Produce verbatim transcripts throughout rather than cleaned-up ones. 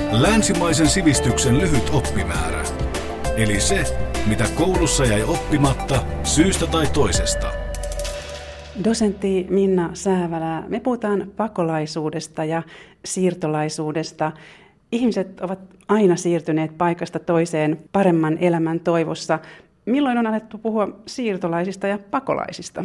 Länsimaisen sivistyksen lyhyt oppimäärä. Eli se, mitä koulussa jäi oppimatta syystä tai toisesta. Dosentti Minna Säävälä, me puhutaan pakolaisuudesta ja siirtolaisuudesta. Ihmiset ovat aina siirtyneet paikasta toiseen paremman elämän toivossa. Milloin on alettu puhua siirtolaisista ja pakolaisista?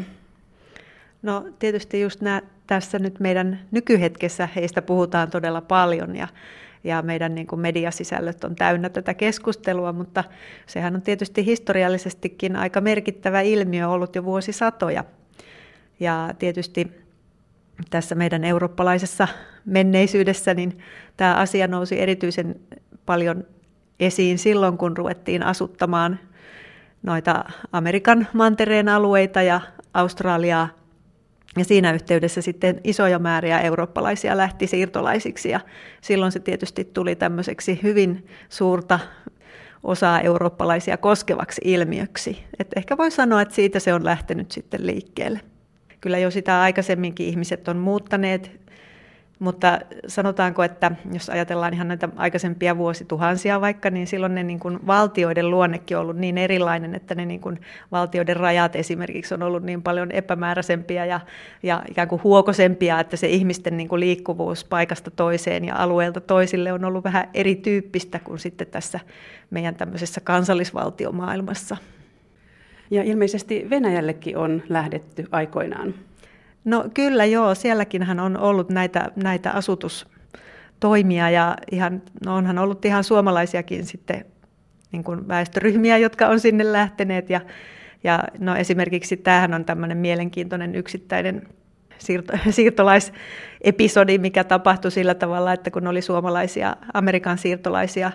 No tietysti just nämä, tässä nyt meidän nykyhetkessä heistä puhutaan todella paljon ja, ja meidän niin kuin mediasisällöt on täynnä tätä keskustelua, mutta sehän on tietysti historiallisestikin aika merkittävä ilmiö ollut jo vuosisatoja. Ja tietysti tässä meidän eurooppalaisessa menneisyydessä niin tämä asia nousi erityisen paljon esiin silloin, kun ruvettiin asuttamaan noita Amerikan mantereen alueita ja Australiaa. Ja siinä yhteydessä sitten isoja määriä eurooppalaisia lähti siirtolaisiksi ja silloin se tietysti tuli tämmöiseksi hyvin suurta osaa eurooppalaisia koskevaksi ilmiöksi. Et ehkä voi sanoa, että siitä se on lähtenyt sitten liikkeelle. Kyllä jo sitä aikaisemminkin ihmiset on muuttaneet, mutta sanotaanko, että jos ajatellaan ihan näitä aikaisempia vuosituhansia vaikka, niin silloin ne niin kuin valtioiden luonnekin on ollut niin erilainen, että ne niin kuin valtioiden rajat esimerkiksi on ollut niin paljon epämääräisempiä ja, ja ikään kuin huokosempia, että se ihmisten niin kuin liikkuvuus paikasta toiseen ja alueelta toisille on ollut vähän erityyppistä kuin sitten tässä meidän tämmöisessä kansallisvaltiomaailmassa. Ja ilmeisesti Venäjällekin on lähdetty aikoinaan. No kyllä joo, sielläkinhän on ollut näitä, näitä asutustoimia ja ihan, no onhan ollut ihan suomalaisiakin sitten niin kuin väestöryhmiä, jotka on sinne lähteneet ja, ja no esimerkiksi tämähän on tämmöinen mielenkiintoinen yksittäinen siirto, siirtolaisepisodi, mikä tapahtui sillä tavalla, että kun oli suomalaisia Amerikan siirtolaisia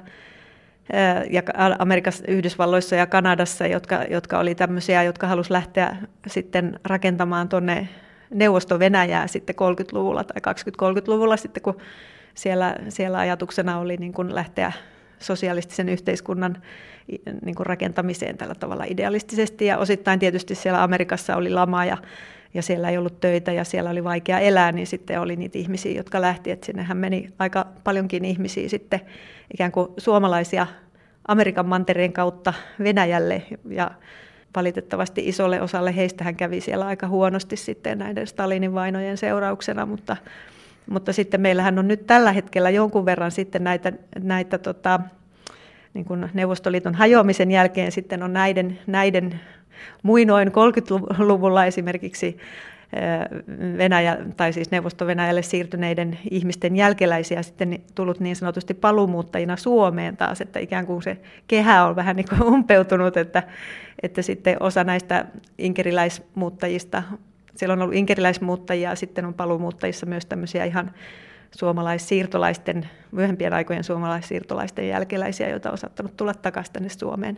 ja Amerikassa, Yhdysvalloissa ja Kanadassa, jotka, jotka oli tämmöisiä, jotka halusi lähteä sitten rakentamaan tuonne Neuvosto-Venäjää sitten kolmekymmentäluvulla tai kaksikymmentä-kolmekymmentäluvulla sitten, kun siellä, siellä ajatuksena oli niin kuin lähteä sosialistisen yhteiskunnan niin kuin rakentamiseen tällä tavalla idealistisesti. Ja osittain tietysti siellä Amerikassa oli lama ja, ja siellä ei ollut töitä ja siellä oli vaikea elää, niin sitten oli niitä ihmisiä, jotka lähti. Että sinnehän meni aika paljonkin ihmisiä sitten ikään kuin suomalaisia Amerikan mantereen kautta Venäjälle ja valitettavasti isolle osalle heistähän kävi siellä aika huonosti sitten näiden Stalinin vainojen seurauksena, mutta, mutta sitten meillähän on nyt tällä hetkellä jonkun verran sitten näitä, näitä tota, niin kuin Neuvostoliiton hajoamisen jälkeen sitten on näiden, näiden muinoin kolmekymmentäluvulla esimerkiksi Venäjä, tai siis Neuvosto-Venäjälle siirtyneiden ihmisten jälkeläisiä sitten tullut niin sanotusti paluumuuttajina Suomeen taas, että ikään kuin se kehä on vähän niin kuin umpeutunut, että, että sitten osa näistä inkeriläismuuttajista, siellä on ollut inkeriläismuuttajia, sitten on paluumuuttajissa myös tämmöisiä ihan suomalaissiirtolaisten, myöhempien aikojen suomalaissiirtolaisten jälkeläisiä, joita on saattanut tulla takaisin tänne Suomeen.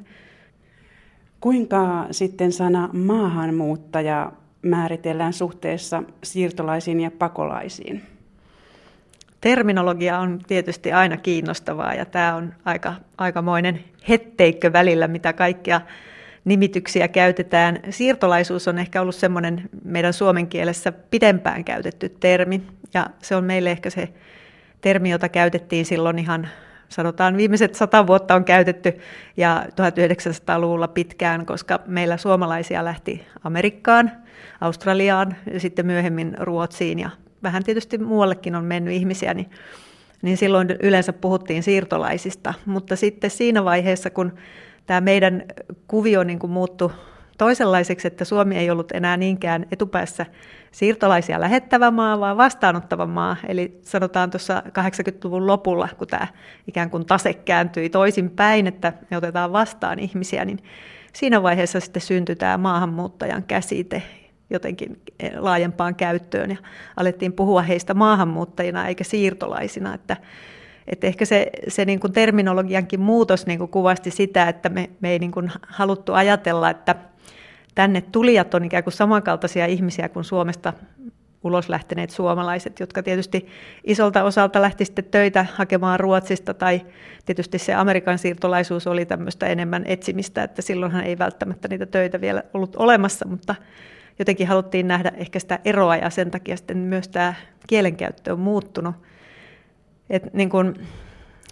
Kuinka sitten sana maahanmuuttaja määritellään suhteessa siirtolaisiin ja pakolaisiin? Terminologia on tietysti aina kiinnostavaa ja tämä on aika, aikamoinen hetteikkö välillä, mitä kaikkia nimityksiä käytetään. Siirtolaisuus on ehkä ollut semmoinen meidän suomen kielessä pidempään käytetty termi ja se on meille ehkä se termi, jota käytettiin silloin ihan sanotaan viimeiset sata vuotta on käytetty ja tuhatyhdeksänsataaluvulla pitkään, koska meillä suomalaisia lähti Amerikkaan, Australiaan ja sitten myöhemmin Ruotsiin ja vähän tietysti muuallekin on mennyt ihmisiä, niin, niin silloin yleensä puhuttiin siirtolaisista. Mutta sitten siinä vaiheessa, kun tämä meidän kuvio niin kuin muuttui toisenlaiseksi, että Suomi ei ollut enää niinkään etupäässä siirtolaisia lähettävä maa, vaan vastaanottava maa. Eli sanotaan tuossa kahdeksankymmentäluvun lopulla, kun tämä ikään kuin tase kääntyi toisinpäin, että me otetaan vastaan ihmisiä, niin siinä vaiheessa sitten syntyi tämä maahanmuuttajan käsite jotenkin laajempaan käyttöön ja alettiin puhua heistä maahanmuuttajina eikä siirtolaisina, että Että ehkä se, se niin kuin terminologiankin muutos niin kuin kuvasti sitä, että me, me ei niin kuin haluttu ajatella, että tänne tulijat on ikään kuin samankaltaisia ihmisiä kuin Suomesta ulos lähteneet suomalaiset, jotka tietysti isolta osalta lähti sitten töitä hakemaan Ruotsista, tai tietysti se Amerikan siirtolaisuus oli tämmöistä enemmän etsimistä, että silloinhan ei välttämättä niitä töitä vielä ollut olemassa, mutta jotenkin haluttiin nähdä ehkä sitä eroa, ja sen takia sitten myös tämä kielenkäyttö on muuttunut. Et niin kun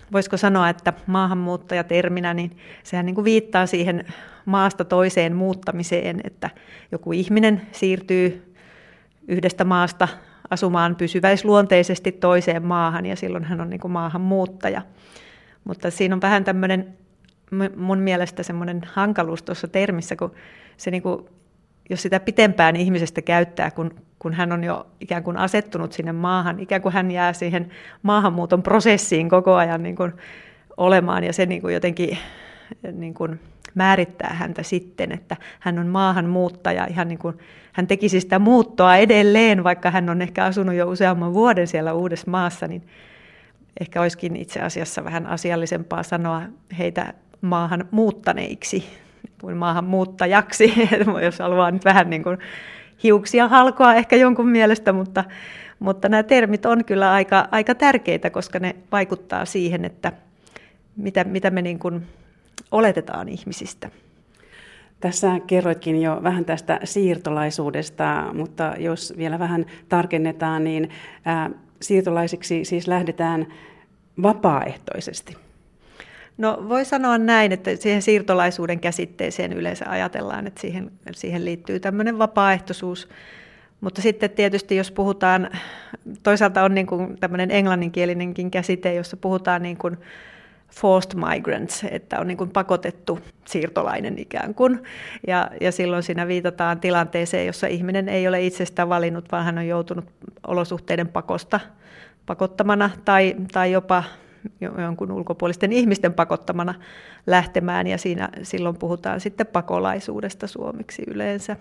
voisiko sanoa, että maahanmuuttajaterminä, niin sehän niin kuin viittaa siihen maasta toiseen muuttamiseen, että joku ihminen siirtyy yhdestä maasta asumaan pysyväisluonteisesti toiseen maahan, ja silloin hän on niin kuin maahanmuuttaja. Mutta siinä on vähän tämmöinen mun mielestä semmoinen hankaluus tuossa termissä, kun se niin kuin, jos sitä pitempään ihmisestä käyttää, kun, kun hän on jo ikään kuin asettunut sinne maahan, ikään kuin hän jää siihen maahanmuuton prosessiin koko ajan niin kuin olemaan, ja se niin kuin jotenkin niin kuin määrittää häntä sitten, että hän on maahanmuuttaja, ihan niin kuin hän tekisi sitä muuttoa edelleen, vaikka hän on ehkä asunut jo useamman vuoden siellä uudessa maassa, niin ehkä olisikin itse asiassa vähän asiallisempaa sanoa heitä maahan muuttaneiksi kuin maahan muuttajaksi, jos haluaa nyt vähän niin kuin hiuksia halkoa ehkä jonkun mielestä, mutta, mutta nämä termit on kyllä aika, aika tärkeitä, koska ne vaikuttaa siihen, että mitä, mitä me niin kuin oletetaan ihmisistä. Tässä kerroitkin jo vähän tästä siirtolaisuudesta, mutta jos vielä vähän tarkennetaan, niin ää, siirtolaisiksi siis lähdetään vapaaehtoisesti. No voi sanoa näin, että siihen siirtolaisuuden käsitteeseen yleensä ajatellaan, että siihen, siihen liittyy tämmöinen vapaaehtoisuus. Mutta sitten tietysti jos puhutaan, toisaalta on niin kuin tämmöinen englanninkielinenkin käsite, jossa puhutaan niin kuin forced migrants, että on niin kuin pakotettu siirtolainen ikään kuin. Ja, ja silloin siinä viitataan tilanteeseen, jossa ihminen ei ole itsestään valinnut, vaan hän on joutunut olosuhteiden pakosta pakottamana tai, tai jopa jonkun ulkopuolisten ihmisten pakottamana lähtemään, ja siinä silloin puhutaan sitten pakolaisuudesta suomeksi yleensä.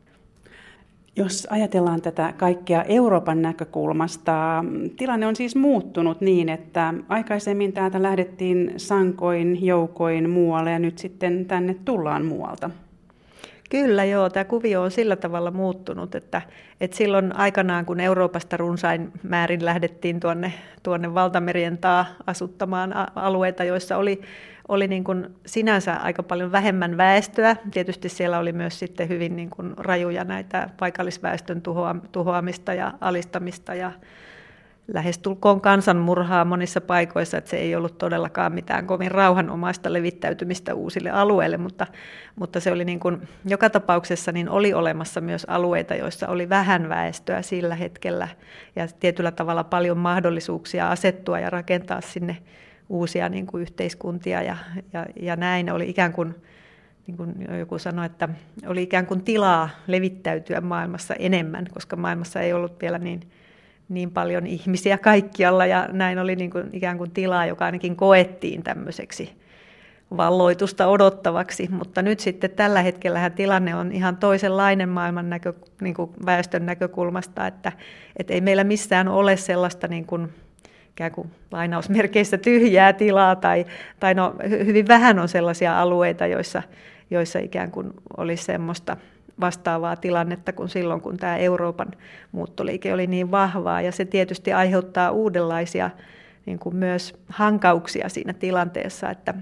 Jos ajatellaan tätä kaikkea Euroopan näkökulmasta, tilanne on siis muuttunut niin, että aikaisemmin täältä lähdettiin sankoin, joukoin muualle ja nyt sitten tänne tullaan muualta. Kyllä joo, tämä kuvio on sillä tavalla muuttunut, että, että silloin aikanaan kun Euroopasta runsain määrin lähdettiin tuonne, tuonne valtamerien taa asuttamaan alueita, joissa oli, oli niin kuin sinänsä aika paljon vähemmän väestöä. Tietysti siellä oli myös sitten hyvin niin kuin rajuja näitä paikallisväestön tuhoa, tuhoamista ja alistamista ja lähestulkoon kansanmurhaa monissa paikoissa, että se ei ollut todellakaan mitään kovin rauhanomaista levittäytymistä uusille alueille, mutta, mutta se oli niin kuin, joka tapauksessa niin oli olemassa myös alueita, joissa oli vähän väestöä sillä hetkellä ja tietyllä tavalla paljon mahdollisuuksia asettua ja rakentaa sinne uusia niin kuin yhteiskuntia ja, ja, ja näin oli ikään kuin, niin kuin joku sanoi, että oli ikään kuin tilaa levittäytyä maailmassa enemmän, koska maailmassa ei ollut vielä niin niin paljon ihmisiä kaikkialla, ja näin oli niin kuin ikään kuin tilaa, joka ainakin koettiin tämmöiseksi valloitusta odottavaksi, mutta nyt sitten tällä hetkellähän tilanne on ihan toisenlainen maailman näkö, niin kuin väestön näkökulmasta, että, että ei meillä missään ole sellaista niin kuin, ikään kuin lainausmerkeissä tyhjää tilaa, tai, tai no, hyvin vähän on sellaisia alueita, joissa, joissa ikään kuin olisi semmoista vastaavaa tilannetta kuin silloin, kun tämä Euroopan muuttoliike oli niin vahvaa. Ja se tietysti aiheuttaa uudenlaisia niin kuin myös hankauksia siinä tilanteessa, että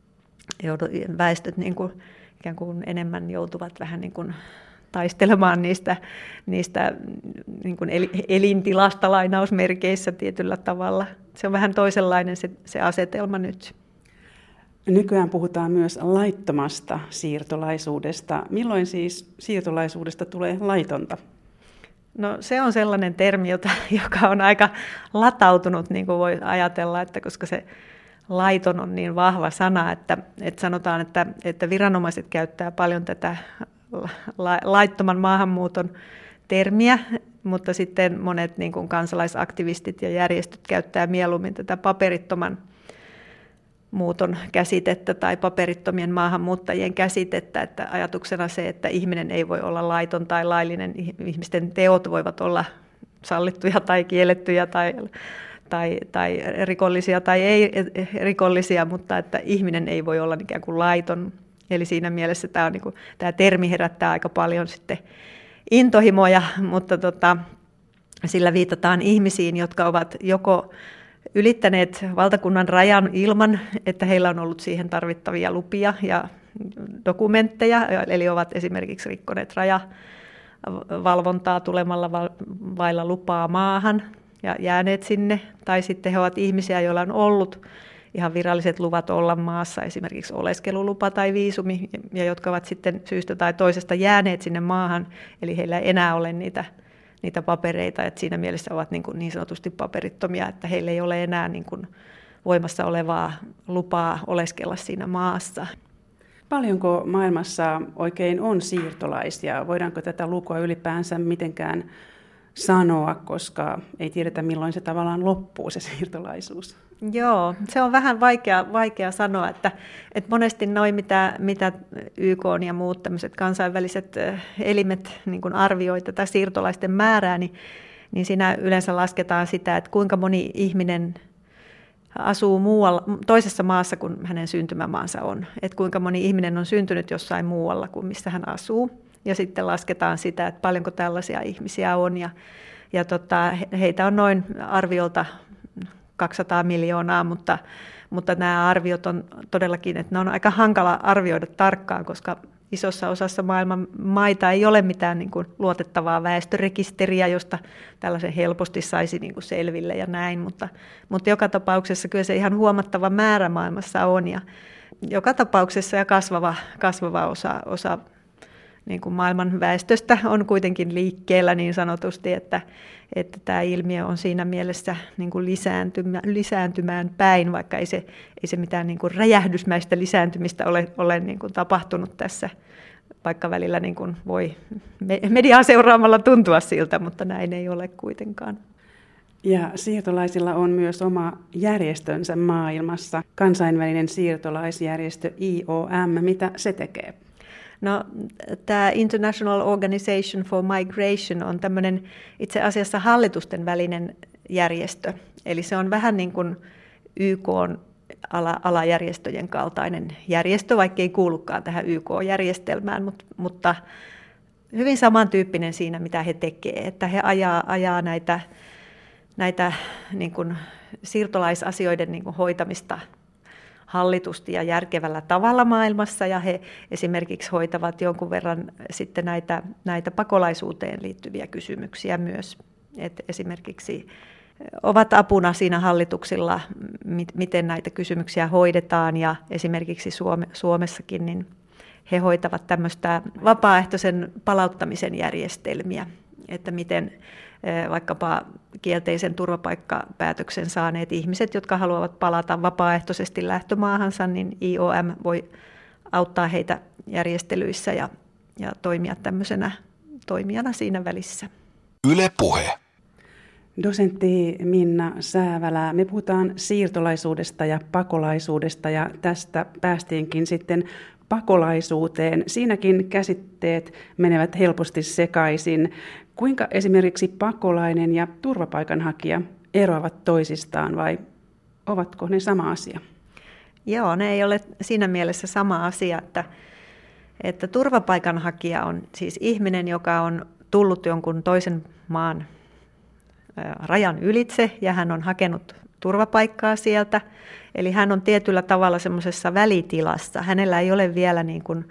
väestöt niin kuin, ikään kuin enemmän joutuvat vähän niin kuin taistelemaan niistä, niistä niin kuin elintilasta lainausmerkeissä tietyllä tavalla. Se on vähän toisenlainen se, se asetelma nyt. Nykyään puhutaan myös laittomasta siirtolaisuudesta. Milloin siis siirtolaisuudesta tulee laitonta? No se on sellainen termi, jota, joka on aika latautunut, niin kuin voi ajatella, että koska se laiton on niin vahva sana, että, että sanotaan, että, että viranomaiset käyttää paljon tätä la, laittoman maahanmuuton termiä, mutta sitten monet niin kuin kansalaisaktivistit ja järjestöt käyttää mieluummin tätä paperittoman muuton käsitettä tai paperittomien maahanmuuttajien käsitettä, että ajatuksena se, että ihminen ei voi olla laiton tai laillinen, ihmisten teot voivat olla sallittuja tai kiellettyjä tai, tai, tai rikollisia tai ei rikollisia, mutta että ihminen ei voi olla ikään kuin laiton. Eli siinä mielessä tämä, on niin kuin, tämä termi herättää aika paljon sitten intohimoja, mutta tota, sillä viitataan ihmisiin, jotka ovat joko ylittäneet valtakunnan rajan ilman, että heillä on ollut siihen tarvittavia lupia ja dokumentteja, eli ovat esimerkiksi rikkoneet rajavalvontaa tulemalla vailla lupaa maahan ja jääneet sinne, tai sitten he ovat ihmisiä, joilla on ollut ihan viralliset luvat olla maassa, esimerkiksi oleskelulupa tai viisumi, ja jotka ovat sitten syystä tai toisesta jääneet sinne maahan, eli heillä ei enää ole niitä, niitä papereita, että siinä mielessä ovat niin, kuin niin sanotusti paperittomia, että heillä ei ole enää niin kuin voimassa olevaa lupaa oleskella siinä maassa. Paljonko maailmassa oikein on siirtolaisia? Voidaanko tätä lukua ylipäänsä mitenkään sanoa, koska ei tiedetä milloin se tavallaan loppuu se siirtolaisuus? Joo, se on vähän vaikea, vaikea sanoa, että, että monesti noin mitä, mitä Y K ja muut tämmöiset kansainväliset elimet niin kuin arvioi tätä siirtolaisten määrää, niin, niin siinä yleensä lasketaan sitä, että kuinka moni ihminen asuu muualla, toisessa maassa kuin hänen syntymämaansa on. Että kuinka moni ihminen on syntynyt jossain muualla kuin missä hän asuu. Ja sitten lasketaan sitä, että paljonko tällaisia ihmisiä on. Ja, ja tota, heitä on noin arviolta kaksisataa miljoonaa, mutta, mutta nämä arviot on todellakin, että ne on aika hankala arvioida tarkkaan, koska isossa osassa maailman maita ei ole mitään niin kuin luotettavaa väestörekisteriä, josta tällaisen helposti saisi niin kuin selville ja näin, mutta, mutta joka tapauksessa kyllä se ihan huomattava määrä maailmassa on ja joka tapauksessa ja kasvava, kasvava osa, osa niin kuin maailman väestöstä on kuitenkin liikkeellä niin sanotusti, että, että tämä ilmiö on siinä mielessä niin kuin lisääntymä, lisääntymään päin, vaikka ei se, ei se mitään niin kuin räjähdysmäistä lisääntymistä ole, ole niin kuin tapahtunut tässä, vaikka välillä niin kuin voi mediaa seuraamalla tuntua siltä, mutta näin ei ole kuitenkaan. Ja siirtolaisilla on myös oma järjestönsä maailmassa, kansainvälinen siirtolaisjärjestö I O M. Mitä se tekee? No, tämä International Organization for Migration on tämmöinen itse asiassa hallitusten välinen järjestö. Eli se on vähän niin kuin Y K:n ala, alajärjestöjen kaltainen järjestö, vaikka ei kuulukaan tähän Y K-järjestelmään, mutta, mutta hyvin samantyyppinen siinä, mitä he tekevät. Että he ajaa, ajaa näitä, näitä niin kuin siirtolaisasioiden niin kuin hoitamista hallitusti ja järkevällä tavalla maailmassa, ja he esimerkiksi hoitavat jonkun verran sitten näitä, näitä pakolaisuuteen liittyviä kysymyksiä myös. Et esimerkiksi ovat apuna siinä hallituksilla, miten näitä kysymyksiä hoidetaan, ja esimerkiksi Suome, Suomessakin niin he hoitavat tämmöistä vapaaehtoisen palauttamisen järjestelmiä, että miten vaikkapa kielteisen turvapaikkapäätöksen saaneet ihmiset, jotka haluavat palata vapaaehtoisesti lähtömaahansa, niin I O M voi auttaa heitä järjestelyissä ja, ja toimia tämmöisenä toimijana siinä välissä. Yle Puhe. Dosentti Minna Säävälä, me puhutaan siirtolaisuudesta ja pakolaisuudesta ja tästä päästiinkin sitten pakolaisuuteen. Siinäkin käsitteet menevät helposti sekaisin. Kuinka esimerkiksi pakolainen ja turvapaikanhakija eroavat toisistaan vai ovatko ne sama asia? Joo, ne ei ole siinä mielessä sama asia, että, että turvapaikanhakija on siis ihminen, joka on tullut jonkun toisen maan rajan ylitse ja hän on hakenut turvapaikkaa sieltä. Eli hän on tietyllä tavalla semmoisessa välitilassa. Hänellä ei ole vielä niin kuin,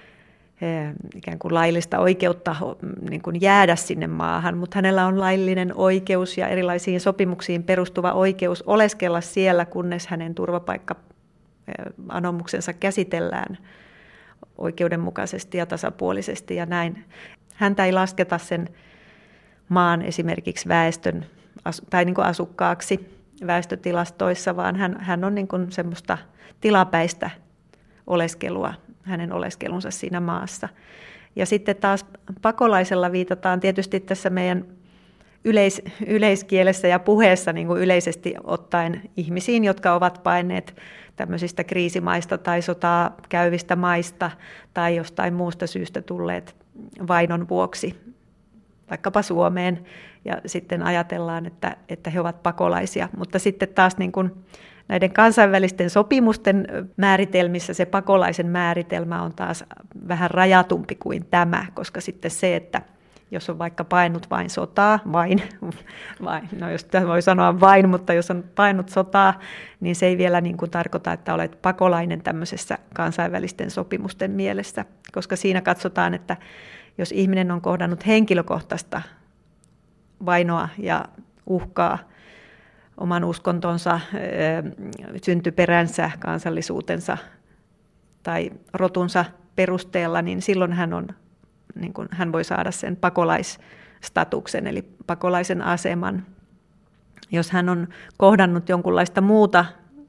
ikään kuin laillista oikeutta niin kuin jäädä sinne maahan, mutta hänellä on laillinen oikeus ja erilaisiin sopimuksiin perustuva oikeus oleskella siellä, kunnes hänen turvapaikka-anomuksensa käsitellään oikeudenmukaisesti ja tasapuolisesti ja näin. Häntä ei lasketa sen maan esimerkiksi väestön tai niin kuin asukkaaksi väestötilastoissa, vaan hän, hän on niin kuin semmoista tilapäistä oleskelua, hänen oleskelunsa siinä maassa. Ja sitten taas pakolaisella viitataan tietysti tässä meidän yleis, yleiskielessä ja puheessa niin kuin yleisesti ottaen ihmisiin, jotka ovat paineet tämmöisistä kriisimaista tai sotaa käyvistä maista tai jostain muusta syystä tulleet vainon vuoksi vaikkapa Suomeen, ja sitten ajatellaan, että, että he ovat pakolaisia. Mutta sitten taas niin kuin näiden kansainvälisten sopimusten määritelmissä se pakolaisen määritelmä on taas vähän rajatumpi kuin tämä, koska sitten se, että jos on vaikka painut vain sotaa, vain, vain no jos voi sanoa vain, mutta jos on painut sotaa, niin se ei vielä niin kuin tarkoita, että olet pakolainen tämmöisessä kansainvälisten sopimusten mielessä, koska siinä katsotaan, että jos ihminen on kohdannut henkilökohtaista vainoa ja uhkaa oman uskontonsa, syntyperänsä, kansallisuutensa tai rotunsa perusteella, niin silloin hän, on, niin kuin, hän voi saada sen pakolaisstatuksen, eli pakolaisen aseman. Jos hän on kohdannut jonkunlaista muuta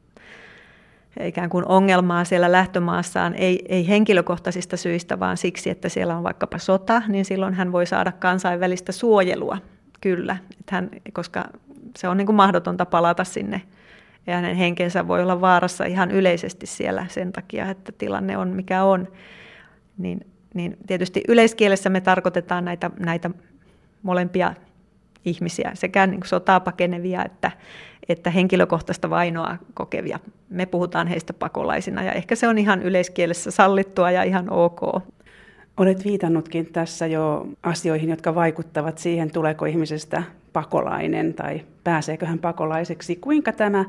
ikään kuin ongelmaa siellä lähtömaassaan, ei, ei henkilökohtaisista syistä, vaan siksi, että siellä on vaikkapa sota, niin silloin hän voi saada kansainvälistä suojelua, kyllä, että hän, koska se on niin kuin mahdotonta palata sinne, ja hänen henkensä voi olla vaarassa ihan yleisesti siellä sen takia, että tilanne on mikä on. Niin, niin tietysti yleiskielessä me tarkoitetaan näitä, näitä molempia ihmisiä, sekä niin kuin sotaa pakenevia että, että henkilökohtaista vainoa kokevia. Me puhutaan heistä pakolaisina, ja ehkä se on ihan yleiskielessä sallittua ja ihan ok. Olet viitannutkin tässä jo asioihin, jotka vaikuttavat siihen, tuleeko ihmisestä pakolainen tai pääseekö hän pakolaiseksi. Kuinka tämä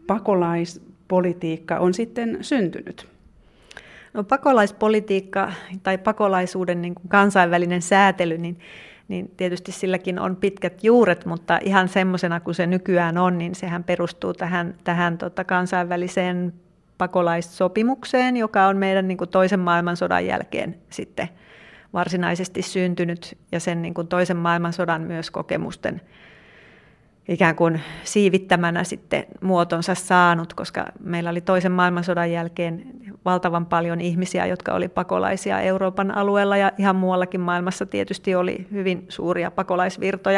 pakolaispolitiikka on sitten syntynyt? No, pakolaispolitiikka tai pakolaisuuden niin kuin kansainvälinen säätely, niin, niin tietysti silläkin on pitkät juuret, mutta ihan semmoisena kuin se nykyään on, niin sehän perustuu tähän, tähän tota kansainväliseen pakolaissopimukseen, joka on meidän niin kuin toisen maailmansodan jälkeen sitten varsinaisesti syntynyt, ja sen niin kuin toisen maailmansodan myös kokemusten ikään kuin siivittämänä sitten muotonsa saanut, koska meillä oli toisen maailmansodan jälkeen valtavan paljon ihmisiä, jotka oli pakolaisia Euroopan alueella, ja ihan muuallakin maailmassa tietysti oli hyvin suuria pakolaisvirtoja.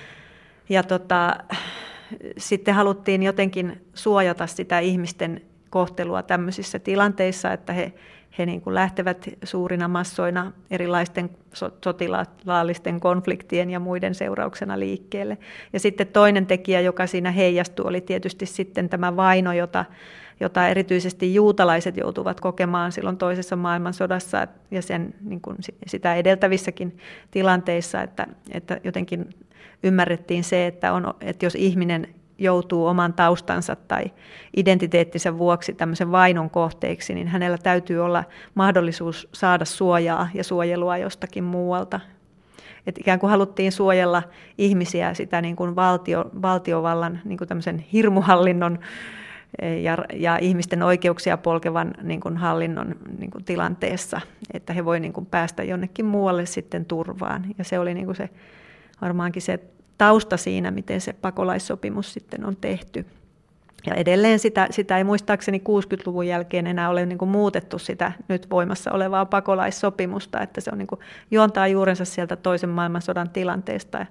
Ja tota, sitten haluttiin jotenkin suojata sitä ihmisten kohtelua tämmöisissä tilanteissa, että he, he niin kuin lähtevät suurina massoina erilaisten sotilaallisten konfliktien ja muiden seurauksena liikkeelle. Ja sitten toinen tekijä, joka siinä heijastui, oli tietysti sitten tämä vaino, jota, jota erityisesti juutalaiset joutuvat kokemaan silloin toisessa maailmansodassa ja sen, niin kuin sitä edeltävissäkin tilanteissa, että, että jotenkin ymmärrettiin se, että, on, että jos ihminen joutuu oman taustansa tai identiteettinsä vuoksi tämmöisen vainon kohteeksi, niin hänellä täytyy olla mahdollisuus saada suojaa ja suojelua jostakin muualta. Et ikään kuin haluttiin suojella ihmisiä sitä niin kuin valtio, valtiovallan niin kuin tämmöisen hirmuhallinnon ja, ja ihmisten oikeuksia polkevan niin kuin hallinnon niin kuin tilanteessa, että he voi niin kuin päästä jonnekin muualle sitten turvaan. Ja se oli niin kuin se, varmaankin se tausta siinä, miten se pakolaissopimus sitten on tehty. Ja edelleen sitä, sitä ei muistaakseni kuusikymmentäluvun jälkeen enää ole niin kuin muutettu sitä nyt voimassa olevaa pakolaissopimusta, että se on niin kuin juontaa juurensa sieltä toisen maailmansodan tilanteesta.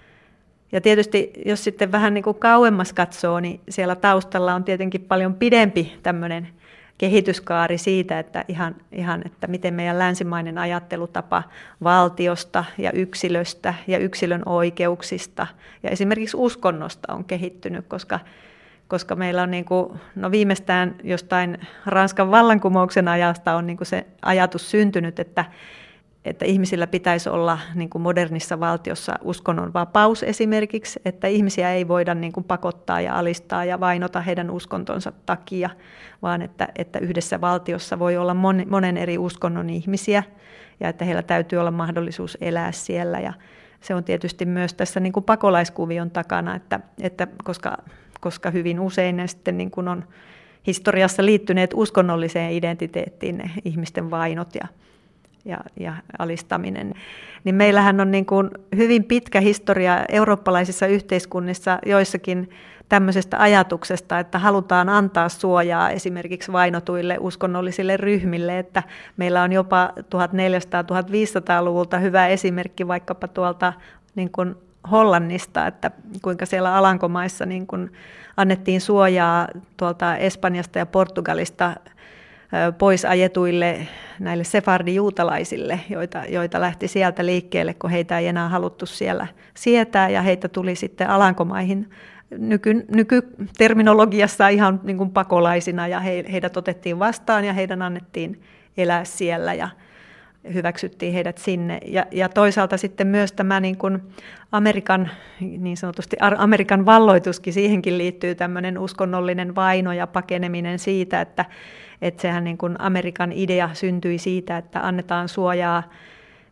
Ja tietysti, jos sitten vähän niin kuin kauemmas katsoo, niin siellä taustalla on tietenkin paljon pidempi tämmöinen kehityskaari siitä, että ihan, ihan, että miten meidän länsimainen ajattelutapa valtiosta ja yksilöstä ja yksilön oikeuksista ja esimerkiksi uskonnosta on kehittynyt, koska, koska meillä on niin kuin, no viimeistään jostain Ranskan vallankumouksen ajasta on niin kuin se ajatus syntynyt, että että ihmisillä pitäisi olla niin kuin modernissa valtiossa uskonnon vapaus esimerkiksi, että ihmisiä ei voida niin kuin pakottaa ja alistaa ja vainota heidän uskontonsa takia, vaan että, että yhdessä valtiossa voi olla monen eri uskonnon ihmisiä ja että heillä täytyy olla mahdollisuus elää siellä. Ja se on tietysti myös tässä niin kuin pakolaiskuvion takana, että, että koska, koska hyvin usein ne sitten niin kuin on historiassa liittyneet uskonnolliseen identiteettiin ne ihmisten vainot ja Ja, ja alistaminen. Niin meillähän on niin kuin hyvin pitkä historia eurooppalaisissa yhteiskunnissa joissakin tämmöisestä ajatuksesta, että halutaan antaa suojaa esimerkiksi vainotuille uskonnollisille ryhmille, että meillä on jopa tuhatneljäsataa-tuhatviisisataaluvulta hyvä esimerkki vaikkapa tuolta niin kuin Hollannista, että kuinka siellä Alankomaissa niin kuin annettiin suojaa tuolta Espanjasta ja Portugalista pois ajetuille näille sefardi-juutalaisille, joita, joita lähti sieltä liikkeelle, kun heitä ei enää haluttu siellä sietää, ja heitä tuli sitten Alankomaihin nyky, nykyterminologiassa ihan niin kuin pakolaisina, ja he, heidät otettiin vastaan, ja heidän annettiin elää siellä, ja hyväksyttiin heidät sinne. Ja, ja toisaalta sitten myös tämä niin kuin Amerikan, niin sanotusti Amerikan valloituskin, siihenkin liittyy tämmöinen uskonnollinen vaino ja pakeneminen siitä, että että sehän niin kuin Amerikan idea syntyi siitä, että annetaan suojaa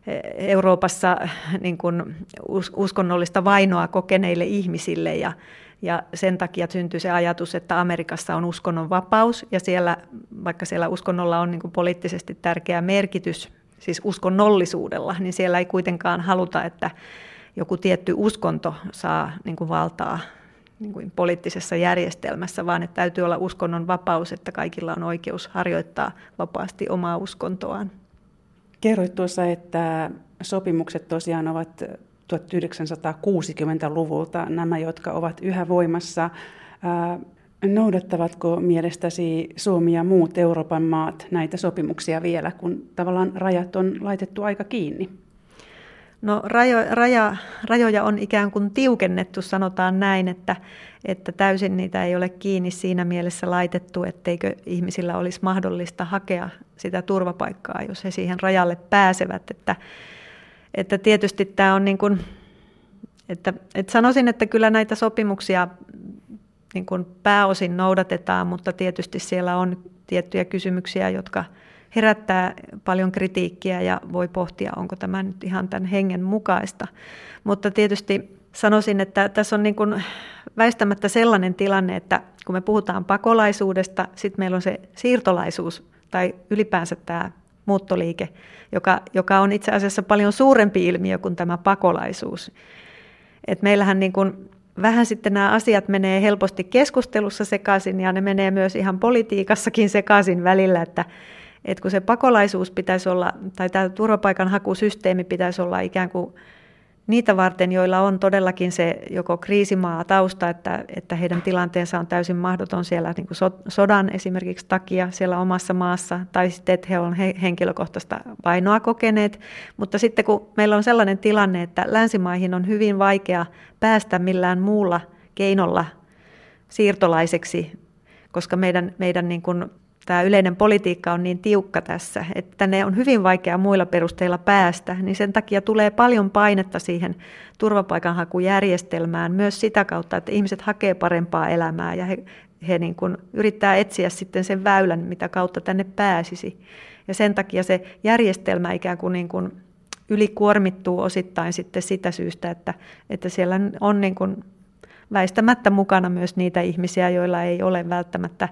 Euroopassa niin kuin uskonnollista vainoa kokeneille ihmisille, ja, Ja sen takia syntyi se ajatus, että Amerikassa on uskonnon vapaus ja siellä, vaikka siellä uskonnolla on niin kuin poliittisesti tärkeä merkitys, siis uskonnollisuudella, niin siellä ei kuitenkaan haluta, että joku tietty uskonto saa niin kuin valtaa niin kuin poliittisessa järjestelmässä, vaan että täytyy olla uskonnon vapaus, että kaikilla on oikeus harjoittaa vapaasti omaa uskontoaan. Kerroit tuossa, että sopimukset tosiaan ovat tuhatyhdeksänsataakuusikymmentäluvulta nämä, jotka ovat yhä voimassa. Noudattavatko mielestäsi Suomi ja muut Euroopan maat näitä sopimuksia vielä, kun tavallaan rajat on laitettu aika kiinni? No rajo, raja, rajoja on ikään kuin tiukennettu, sanotaan näin, että, että täysin niitä ei ole kiinni siinä mielessä laitettu, etteikö ihmisillä olisi mahdollista hakea sitä turvapaikkaa, jos he siihen rajalle pääsevät. Että, että tietysti tämä on niin kuin, että, että sanoisin, että kyllä näitä sopimuksia niin kuin pääosin noudatetaan, mutta tietysti siellä on tiettyjä kysymyksiä, jotka herättää paljon kritiikkiä ja voi pohtia, onko tämä nyt ihan tämän hengen mukaista. Mutta tietysti sanoisin, että tässä on niin kuin väistämättä sellainen tilanne, että kun me puhutaan pakolaisuudesta, sitten meillä on se siirtolaisuus tai ylipäänsä tämä muuttoliike, joka, joka on itse asiassa paljon suurempi ilmiö kuin tämä pakolaisuus. Et meillähän niin kuin vähän sitten nämä asiat menee helposti keskustelussa sekaisin ja ne menee myös ihan politiikassakin sekaisin välillä, että että kun se pakolaisuus pitäisi olla, tai tämä turvapaikanhakusysteemi pitäisi olla ikään kuin niitä varten, joilla on todellakin se joko kriisimaa tausta, että, että heidän tilanteensa on täysin mahdoton siellä niin kuin sodan esimerkiksi takia siellä omassa maassa, tai sitten, että he on henkilökohtaista vainoa kokeneet. Mutta sitten kun meillä on sellainen tilanne, että länsimaihin on hyvin vaikea päästä millään muulla keinolla siirtolaiseksi, koska meidän, meidän niin kuin tämä yleinen politiikka on niin tiukka tässä, että ne on hyvin vaikea muilla perusteilla päästä, niin sen takia tulee paljon painetta siihen turvapaikanhakujärjestelmään myös sitä kautta, että ihmiset hakee parempaa elämää ja he, he niin kuin yrittää etsiä sitten sen väylän, mitä kautta tänne pääsisi. Ja sen takia se järjestelmä ikään kuin, niin kuin ylikuormittuu osittain sitten sitä syystä, että, että siellä on niin kuin väistämättä mukana myös niitä ihmisiä, joilla ei ole välttämättä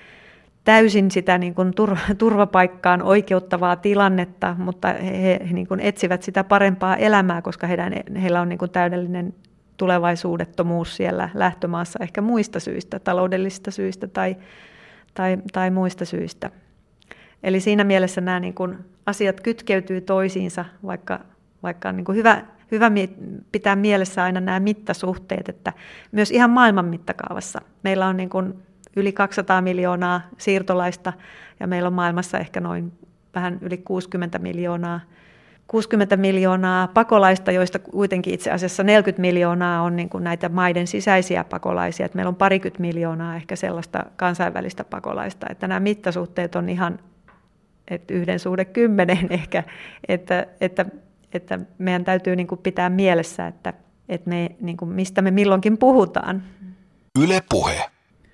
täysin sitä niin kuin turvapaikkaan oikeuttavaa tilannetta, mutta he, he niin kuin etsivät sitä parempaa elämää, koska heidän, heillä on niin kuin täydellinen tulevaisuudettomuus siellä lähtömaassa ehkä muista syistä, taloudellisista syistä tai, tai, tai muista syistä. Eli siinä mielessä nämä niin kuin asiat kytkeytyy toisiinsa, vaikka, vaikka on niin kuin hyvä, hyvä pitää mielessä aina nämä mittasuhteet, että myös ihan maailman mittakaavassa meillä on niin kuin yli kaksisataa miljoonaa siirtolaista ja meillä on maailmassa ehkä noin vähän yli kuusikymmentä miljoonaa, kuusikymmentä miljoonaa pakolaista, joista kuitenkin itse asiassa neljäkymmentä miljoonaa on niin kuin näitä maiden sisäisiä pakolaisia. Että meillä on parikymmentä miljoonaa ehkä sellaista kansainvälistä pakolaista, että nämä mittasuhteet on ihan että yhden suhde kymmeneen ehkä, että, että, että meidän täytyy niin kuin pitää mielessä, että, että me, niin kuin mistä me milloinkin puhutaan. Yle Puhe.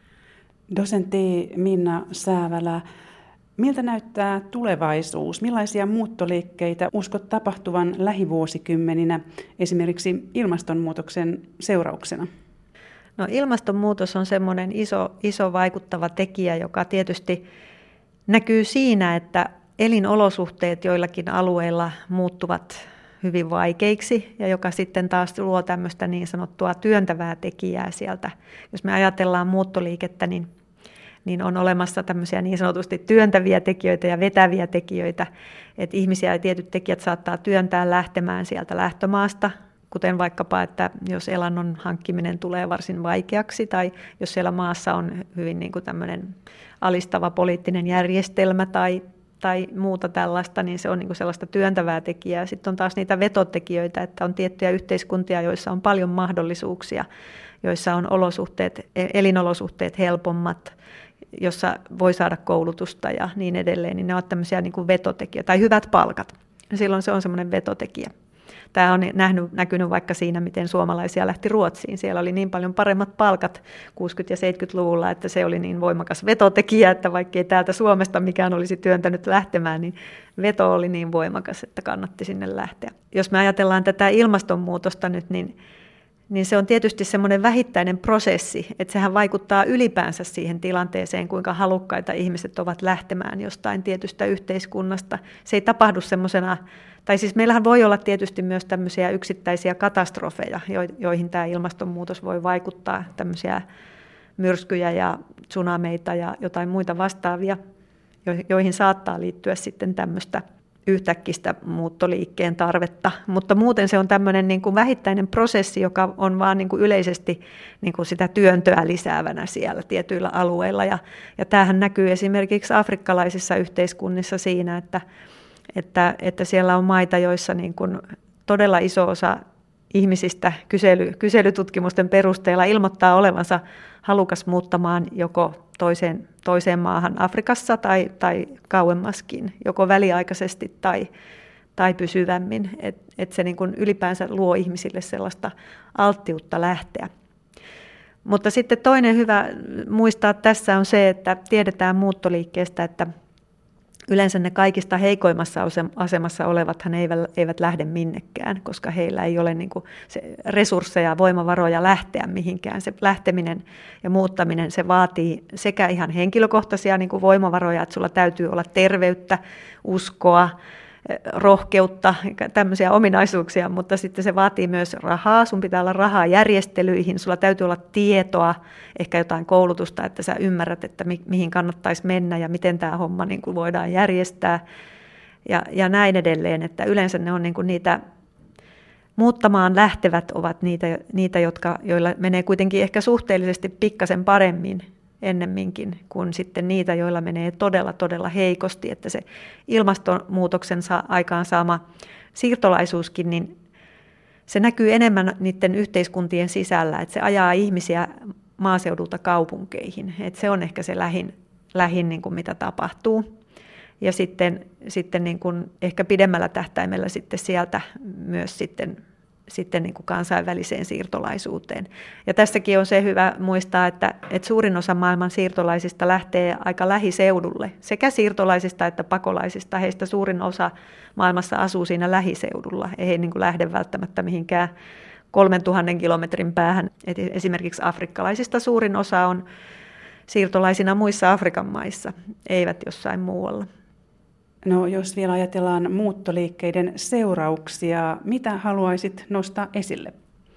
Dosentti Minna Säävälä, miltä näyttää tulevaisuus? Millaisia muuttoliikkeitä uskot tapahtuvan lähivuosikymmeninä esimerkiksi ilmastonmuutoksen seurauksena? No, ilmastonmuutos on semmoinen iso, iso vaikuttava tekijä, joka tietysti näkyy siinä, että elinolosuhteet joillakin alueilla muuttuvat hyvin vaikeiksi ja joka sitten taas luo tämmöistä niin sanottua työntävää tekijää sieltä. Jos me ajatellaan muuttoliikettä, niin, niin on olemassa tämmöisiä niin sanotusti työntäviä tekijöitä ja vetäviä tekijöitä, että ihmisiä ja tietyt tekijät saattaa työntää lähtemään sieltä lähtömaasta, kuten vaikkapa, että jos elannon hankkiminen tulee varsin vaikeaksi tai jos siellä maassa on hyvin niin kuin tämmöinen alistava poliittinen järjestelmä tai tai muuta tällaista, niin se on niin kuin sellaista työntävää tekijää. Sitten on taas niitä vetotekijöitä, että on tiettyjä yhteiskuntia, joissa on paljon mahdollisuuksia, joissa on olosuhteet, elinolosuhteet helpommat, jossa voi saada koulutusta ja niin edelleen, niin ne ovat tämmöisiä niin kuin vetotekijöitä, tai hyvät palkat. Ja silloin se on semmoinen vetotekijä. Tämä on nähnyt, näkynyt vaikka siinä, miten suomalaisia lähti Ruotsiin. Siellä oli niin paljon paremmat palkat kuusikymmentä- ja seitsemänkymmentäluvulla, että se oli niin voimakas vetotekijä, että vaikkei täältä Suomesta mikään olisi työntänyt lähtemään, niin veto oli niin voimakas, että kannatti sinne lähteä. Jos me ajatellaan tätä ilmastonmuutosta nyt, niin, niin se on tietysti semmoinen vähittäinen prosessi, että sehän vaikuttaa ylipäänsä siihen tilanteeseen, kuinka halukkaita ihmiset ovat lähtemään jostain tietystä yhteiskunnasta. Se ei tapahdu semmoisena, tai siis meillähän voi olla tietysti myös tämmöisiä yksittäisiä katastrofeja, joihin tämä ilmastonmuutos voi vaikuttaa, tämmöisiä myrskyjä ja tsunameita ja jotain muita vastaavia, joihin saattaa liittyä sitten tämmöistä yhtäkkistä muuttoliikkeen tarvetta, mutta muuten se on tämmöinen niin kuin vähittäinen prosessi, joka on vaan niin kuin yleisesti niin kuin sitä työntöä lisäävänä siellä tietyillä alueilla. Ja, ja tämähän näkyy esimerkiksi afrikkalaisissa yhteiskunnissa siinä, että, että, että siellä on maita, joissa niin kuin todella iso osa ihmisistä kysely, kyselytutkimusten perusteella ilmoittaa olevansa halukas muuttamaan joko toiseen, toiseen maahan Afrikassa tai, tai kauemmaskin, joko väliaikaisesti tai, tai pysyvämmin. Et, et se niin kuin ylipäänsä luo ihmisille sellaista alttiutta lähteä. Mutta sitten toinen hyvä muistaa tässä on se, että tiedetään muuttoliikkeestä, että yleensä ne kaikista heikoimmassa asemassa olevathan eivät lähde minnekään, koska heillä ei ole niin kuin se resursseja ja voimavaroja lähteä mihinkään. Se lähteminen ja muuttaminen, se vaatii sekä ihan henkilökohtaisia niin kuin voimavaroja, että sulla täytyy olla terveyttä, uskoa, rohkeutta, tämmöisiä ominaisuuksia, mutta sitten se vaatii myös rahaa. Sun pitää olla rahaa järjestelyihin, sulla täytyy olla tietoa, ehkä jotain koulutusta, että sä ymmärrät, että mi- mihin kannattaisi mennä ja miten tämä homma niin kuin voidaan järjestää ja, ja näin edelleen. Että yleensä ne on niin kuin niitä, muuttamaan lähtevät ovat niitä, niitä jotka, joilla menee kuitenkin ehkä suhteellisesti pikkasen paremmin ennemminkin kuin sitten niitä, joilla menee todella, todella heikosti, että se ilmastonmuutoksen aikaansaama siirtolaisuuskin, niin se näkyy enemmän niiden yhteiskuntien sisällä, että se ajaa ihmisiä maaseudulta kaupunkeihin, että se on ehkä se lähin, lähin niin kuin mitä tapahtuu. Ja sitten, sitten niin kuin ehkä pidemmällä tähtäimellä sitten sieltä myös sitten sitten niin kuin kansainväliseen siirtolaisuuteen. Ja tässäkin on se hyvä muistaa, että, että suurin osa maailman siirtolaisista lähtee aika lähiseudulle. Sekä siirtolaisista että pakolaisista. Heistä suurin osa maailmassa asuu siinä lähiseudulla. Ei he niin kuin lähde välttämättä mihinkään kolmen tuhannen kilometrin päähän. Et esimerkiksi afrikkalaisista suurin osa on siirtolaisina muissa Afrikan maissa, eivät jossain muualla. No jos vielä ajatellaan muuttoliikkeiden seurauksia, mitä haluaisit nostaa esille?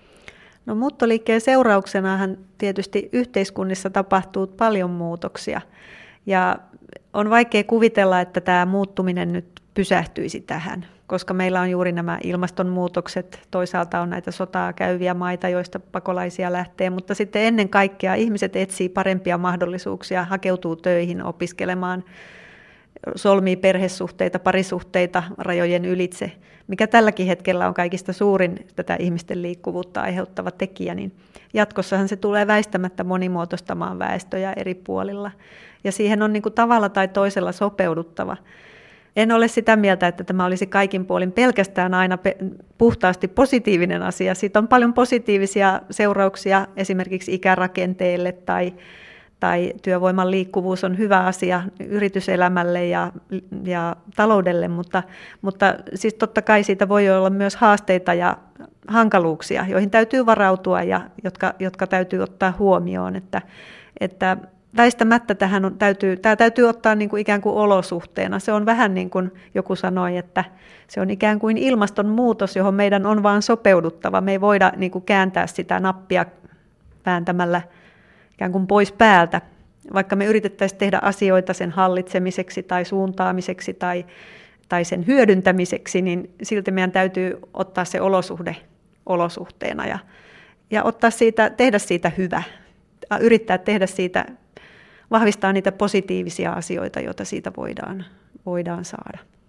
No muuttoliikkeen seurauksenahan tietysti yhteiskunnissa tapahtuu paljon muutoksia ja on vaikea kuvitella, että tämä muuttuminen nyt pysähtyisi tähän, koska meillä on juuri nämä ilmastonmuutokset, toisaalta on näitä sotaa käyviä maita, joista pakolaisia lähtee, mutta sitten ennen kaikkea ihmiset etsii parempia mahdollisuuksia, hakeutuu töihin, opiskelemaan, solmii perhesuhteita, parisuhteita rajojen ylitse, mikä tälläkin hetkellä on kaikista suurin tätä ihmisten liikkuvuutta aiheuttava tekijä, niin jatkossahan se tulee väistämättä monimuotoistamaan väestöjä eri puolilla. Ja siihen on niin kuin tavalla tai toisella sopeuduttava. En ole sitä mieltä, että tämä olisi kaikin puolin pelkästään aina puhtaasti positiivinen asia. Siitä on paljon positiivisia seurauksia esimerkiksi ikärakenteelle tai tai työvoiman liikkuvuus on hyvä asia yrityselämälle ja, ja taloudelle, mutta, mutta siis totta kai siitä voi olla myös haasteita ja hankaluuksia, joihin täytyy varautua ja jotka, jotka täytyy ottaa huomioon, että, että väistämättä tähän on, täytyy, tämä täytyy ottaa niin kuin ikään kuin olosuhteena. Se on vähän niin kuin joku sanoi, että se on ikään kuin ilmastonmuutos, johon meidän on vaan sopeuduttava. Me ei voida niin kuin kääntää sitä nappia vääntämällä ikään kuin pois päältä, vaikka me yritettäisiin tehdä asioita sen hallitsemiseksi tai suuntaamiseksi tai, tai sen hyödyntämiseksi, niin silti meidän täytyy ottaa se olosuhde olosuhteena ja, ja ottaa siitä, tehdä siitä hyvä, yrittää tehdä siitä, vahvistaa niitä positiivisia asioita, joita siitä voidaan, voidaan saada.